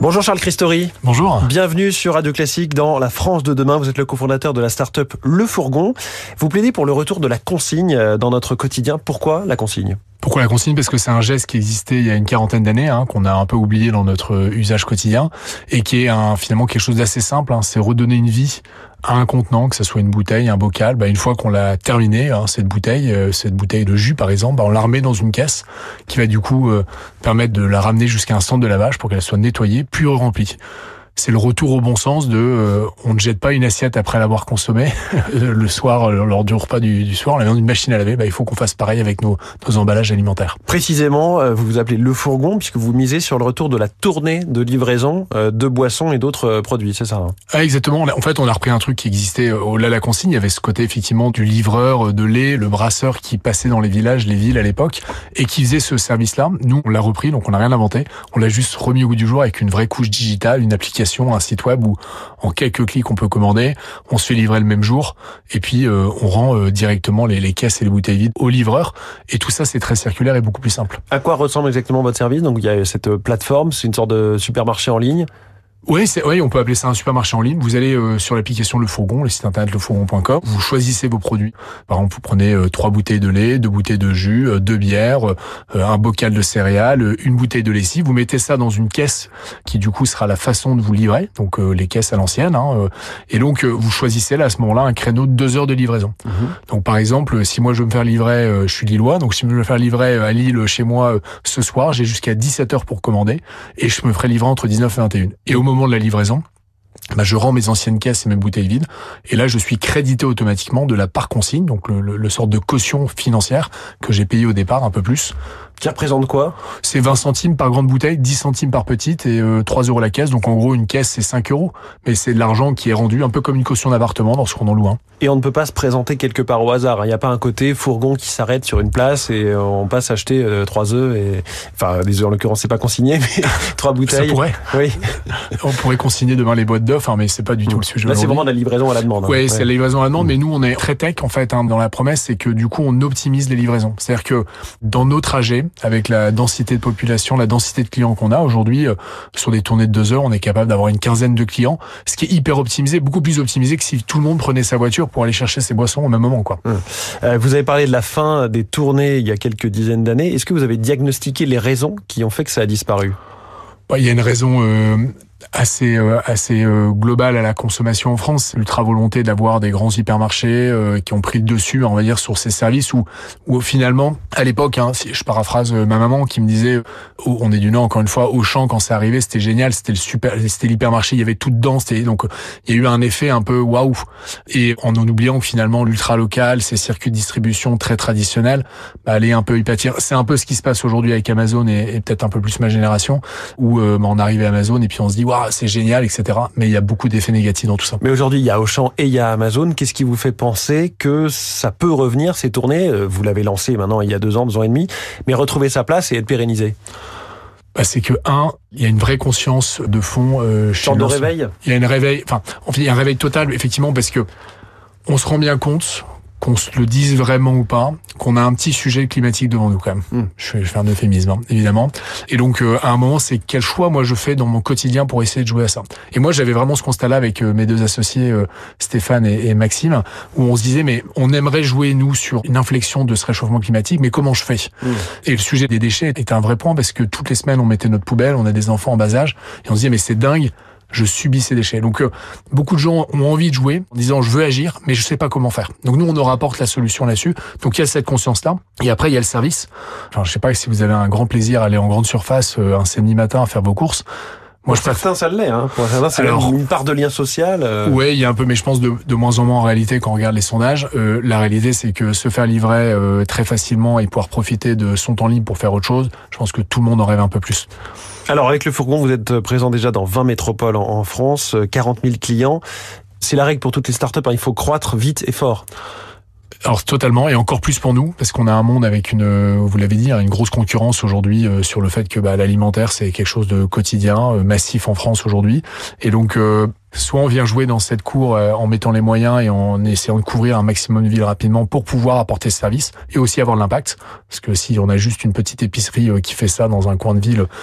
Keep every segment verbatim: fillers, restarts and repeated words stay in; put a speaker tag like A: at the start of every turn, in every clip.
A: Bonjour Charles Christori.
B: Bonjour.
A: Bienvenue sur Radio Classique dans la France de demain. Vous êtes le cofondateur de la start-up Le Fourgon. Vous plaidez pour le retour de la consigne dans notre quotidien. Pourquoi la consigne ?
B: Pourquoi la consigne ? Parce que c'est un geste qui existait il y a une quarantaine d'années, hein, qu'on a un peu oublié dans notre usage quotidien, et qui est un, finalement quelque chose d'assez simple. Hein, c'est redonner une vie à un contenant, que ce soit une bouteille, un bocal. Bah, une fois qu'on l'a terminé, hein, cette bouteille, euh, cette bouteille de jus par exemple, bah, on la remet dans une caisse qui va du coup euh, permettre de la ramener jusqu'à un centre de lavage pour qu'elle soit nettoyée, puis remplie. C'est le retour au bon sens de euh, on ne jette pas une assiette après l'avoir consommée le soir, lors du repas du, du soir, on la met dans une machine à laver. Bah, il faut qu'on fasse pareil avec nos, nos emballages alimentaires.
A: Précisément, vous vous appelez Le Fourgon puisque vous misez sur le retour de la tournée de livraison de boissons et d'autres produits, c'est ça hein ?
B: Ah, exactement. En fait, on a repris un truc qui existait au-delà de la consigne. Il y avait ce côté effectivement du livreur de lait, le brasseur qui passait dans les villages, les villes à l'époque et qui faisait ce service-là. Nous, on l'a repris, donc on n'a rien inventé. On l'a juste remis au goût du jour avec une vraie couche digitale, une application, un site web où en quelques clics on peut commander, on se fait livrer le même jour et puis euh, on rend euh, directement les, les caisses et les bouteilles vides au livreur et tout ça c'est très circulaire et beaucoup plus simple.
A: À quoi ressemble exactement votre service ? Donc il y a cette plateforme, c'est une sorte de supermarché en ligne.
B: Oui, c'est, oui, on peut appeler ça un supermarché en ligne. Vous allez euh, sur l'application Le Fourgon, le site internet le fourgon point com. Vous choisissez vos produits. Par exemple, vous prenez euh, trois bouteilles de lait, deux bouteilles de jus, euh, deux bières, euh, un bocal de céréales, euh, une bouteille de lessive. Vous mettez ça dans une caisse qui du coup sera la façon de vous livrer, donc euh, les caisses à l'ancienne. Hein, euh, et donc euh, vous choisissez là à ce moment-là un créneau de deux heures de livraison. Mmh. Donc par exemple, si moi je veux me faire livrer, euh, je suis lillois, donc si je veux me faire livrer à Lille chez moi euh, ce soir, j'ai jusqu'à dix-sept heures pour commander et je me ferai livrer entre dix-neuf et vingt et une. Et au moment de la livraison, bah, je rends mes anciennes caisses et mes bouteilles vides. Et là, je suis crédité automatiquement de la part consigne, donc le, le, le sorte de caution financière que j'ai payé au départ un peu plus.
A: Qui représente quoi ?
B: C'est vingt centimes par grande bouteille, dix centimes par petite et euh, trois euros la caisse. Donc en gros, une caisse, c'est cinq euros. Mais c'est de l'argent qui est rendu un peu comme une caution d'appartement lorsqu'on en loue un.
A: Et on ne peut pas se présenter quelque part au hasard. Il n'y a pas un côté fourgon qui s'arrête sur une place et on passe acheter euh, trois œufs et enfin des œufs en l'occurrence c'est pas consigné mais trois bouteilles.
B: Ça pourrait.
A: Oui.
B: On pourrait consigner demain les boîtes d'œufs, hein, mais c'est pas du tout le sujet.
A: Là c'est vraiment de la livraison à la demande. Hein.
B: Oui,
A: ouais,
B: c'est la livraison à la demande, mais nous on est très tech en fait. Hein, dans la promesse, c'est que du coup on optimise les livraisons. C'est-à-dire que dans nos trajets, avec la densité de population, la densité de clients qu'on a aujourd'hui, euh, sur des tournées de deux heures, on est capable d'avoir une quinzaine de clients, ce qui est hyper optimisé, beaucoup plus optimisé que si tout le monde prenait sa voiture pour aller chercher ses boissons au même moment, quoi.
A: Hum. Euh, vous avez parlé de la fin des tournées il y a quelques dizaines d'années. Est-ce que vous avez diagnostiqué les raisons qui ont fait que ça a disparu ?
B: Bah, il y a une raison euh, assez euh, assez euh, globale à la consommation en France, c'est l'ultra volonté d'avoir des grands hypermarchés euh, qui ont pris le dessus, on va dire, sur ces services où où finalement à l'époque, hein, si je paraphrase euh, ma maman qui me disait, oh, on est du Nord encore une fois, Auchan quand c'est arrivé, c'était génial, c'était le super, c'était l'hypermarché, il y avait tout dedans, c'était donc il y a eu un effet un peu waouh et en en oubliant que finalement l'ultra local, ces circuits de distribution très traditionnels, bah, allaient un peu y pâtir. C'est un peu ce qui se passe aujourd'hui avec Amazon et, et peut-être un peu plus ma génération où euh, bah, on arrive à Amazon et puis on se dit waouh c'est génial, et cetera. Mais il y a beaucoup d'effets négatifs dans tout ça.
A: Mais aujourd'hui, il y a Auchan et il y a Amazon. Qu'est-ce qui vous fait penser que ça peut revenir, ces tournées ? Vous l'avez lancé maintenant il y a deux ans, deux ans et demi, mais retrouver sa place et être pérennisé.
B: Bah, c'est que un, il y a une vraie conscience de fond. Euh, chez
A: Sorte de réveil.
B: Il y a une réveil. Enfin, en fait, il y a un réveil total, effectivement, parce que on se rend bien compte, qu'on se le dise vraiment ou pas, qu'on a un petit sujet climatique devant nous quand même. Mmh. Je fais, je fais un euphémisme, hein, évidemment. Et donc, euh, à un moment, c'est quel choix moi je fais dans mon quotidien pour essayer de jouer à ça. Et moi, j'avais vraiment ce constat-là avec euh, mes deux associés, euh, Stéphane et, et Maxime, où on se disait, mais on aimerait jouer, nous, sur une inflexion de ce réchauffement climatique, mais comment je fais ? Mmh. Et le sujet des déchets était un vrai point, parce que toutes les semaines, on mettait notre poubelle, on a des enfants en bas âge, et on se disait, mais c'est dingue, je subis ces déchets. Donc euh, beaucoup de gens ont envie de jouer en disant je veux agir mais je sais pas comment faire. Donc nous on leur apporte la solution là-dessus. Donc il y a cette conscience là et après il y a le service. Enfin je sais pas si vous avez un grand plaisir à aller en grande surface euh, un samedi matin à faire vos courses.
A: Moi, pour je certains, ça l'est. Hein. Pour certains, c'est Alors, une part de lien social. Euh...
B: Oui, il y a un peu, mais je pense de, de moins en moins en réalité quand on regarde les sondages. Euh, la réalité, c'est que se faire livrer euh, très facilement et pouvoir profiter de son temps libre pour faire autre chose, je pense que tout le monde en rêve un peu plus.
A: Alors, avec Le Fourgon, vous êtes présent déjà dans vingt métropoles en, en France, quarante mille clients. C'est la règle pour toutes les startups, hein. Il faut croître vite et fort.
B: Alors totalement, et encore plus pour nous, parce qu'on a un monde avec une, vous l'avez dit, une grosse concurrence aujourd'hui euh, sur le fait que bah, l'alimentaire c'est quelque chose de quotidien, euh, massif en France aujourd'hui, et donc euh, soit on vient jouer dans cette cour euh, en mettant les moyens et en essayant de couvrir un maximum de villes rapidement pour pouvoir apporter ce service et aussi avoir de l'impact, parce que si on a juste une petite épicerie euh, qui fait ça dans un coin de ville,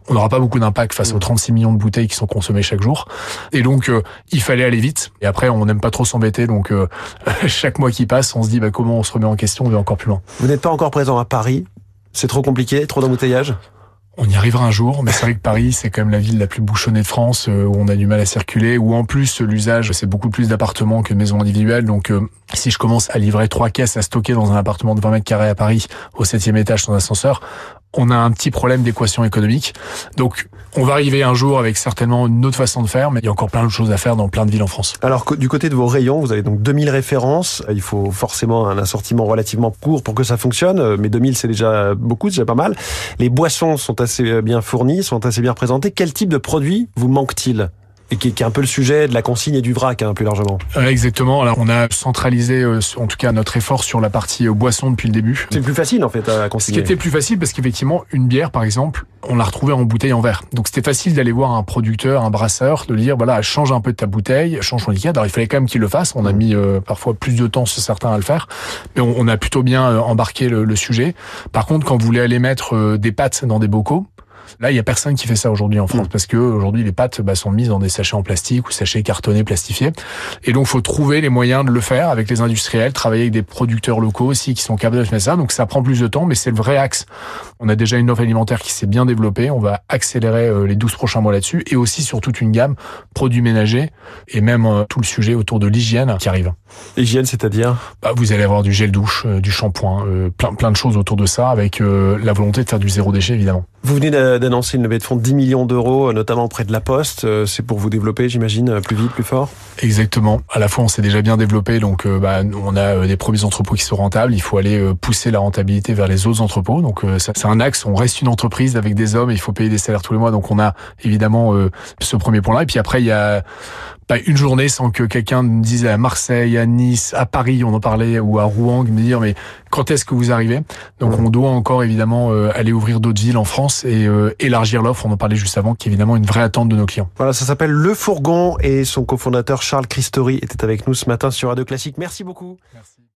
B: on n'aura pas beaucoup d'impact face aux trente-six millions de bouteilles qui sont consommées chaque jour. Et donc, euh, il fallait aller vite. Et après, on n'aime pas trop s'embêter. Donc, euh, chaque mois qui passe, on se dit bah, comment on se remet en question, on va encore plus loin.
A: Vous n'êtes pas encore présent à Paris? C'est trop compliqué, trop d'embouteillages?
B: On y arrivera un jour, mais c'est vrai que Paris, c'est quand même la ville la plus bouchonnée de France, euh, où on a du mal à circuler, où en plus, l'usage, c'est beaucoup plus d'appartements que de maisons individuelles. Donc, euh, si je commence à livrer trois caisses à stocker dans un appartement de vingt mètres carrés à Paris, au septième étage sans ascenseur, on a un petit problème d'équation économique. Donc, on va arriver un jour avec certainement une autre façon de faire, mais il y a encore plein de choses à faire dans plein de villes en France.
A: Alors, du côté de vos rayons, vous avez donc deux mille références. Il faut forcément un assortiment relativement court pour que ça fonctionne. Mais deux mille, c'est déjà beaucoup, c'est déjà pas mal. Les boissons sont assez bien fournies, sont assez bien représentées. Quel type de produit vous manque-t-il ? Et qui est un peu le sujet de la consigne et du vrac, hein, plus largement.
B: Euh, exactement. Alors, on a centralisé, euh, en tout cas, notre effort sur la partie euh, boisson depuis le début.
A: C'est le plus facile, en fait, à consigner.
B: Ce qui était plus facile, parce qu'effectivement, une bière, par exemple, on l'a retrouvée en bouteille en verre. Donc, c'était facile d'aller voir un producteur, un brasseur, de lui dire, voilà, change un peu de ta bouteille, change ton liquide. Alors, il fallait quand même qu'il le fasse. On a mis euh, parfois plus de temps sur certains à le faire. Mais on, on a plutôt bien euh, embarqué le, le sujet. Par contre, quand vous voulez aller mettre euh, des pâtes dans des bocaux, là, il y a personne qui fait ça aujourd'hui en France, mmh. parce que aujourd'hui les pâtes bah, sont mises dans des sachets en plastique ou sachets cartonnés, plastifiés. Et donc, faut trouver les moyens de le faire avec les industriels, travailler avec des producteurs locaux aussi qui sont capables de faire ça. Donc, ça prend plus de temps, mais c'est le vrai axe. On a déjà une offre alimentaire qui s'est bien développée. On va accélérer euh, les douze prochains mois là-dessus, et aussi sur toute une gamme produits ménagers et même euh, tout le sujet autour de l'hygiène qui arrive.
A: Hygiène, c'est-à-dire
B: bah, vous allez avoir du gel douche, euh, du shampoing, euh, plein plein de choses autour de ça, avec euh, la volonté de faire du zéro déchet évidemment.
A: Vous venez d'annoncer une levée de fonds de dix millions d'euros, notamment auprès de la Poste. C'est pour vous développer, j'imagine, plus vite, plus fort?
B: Exactement. À la fois, on s'est déjà bien développé, donc euh, bah, on a des premiers entrepôts qui sont rentables. Il faut aller euh, pousser la rentabilité vers les autres entrepôts. Donc euh, ça, c'est un axe. On reste une entreprise avec des hommes, et il faut payer des salaires tous les mois. Donc on a évidemment euh, ce premier point-là. Et puis après, il y a pas une journée sans que quelqu'un me dise à Marseille, à Nice, à Paris, on en parlait, ou à Rouen, me dire mais quand est-ce que vous arrivez? Donc on doit encore évidemment euh, aller ouvrir d'autres villes en France et euh, élargir l'offre. On en parlait juste avant, qui est évidemment une vraie attente de nos clients.
A: Voilà, ça s'appelle Le Fourgon, et son cofondateur Charles Christori était avec nous ce matin sur Radio Classique. Merci beaucoup. Merci.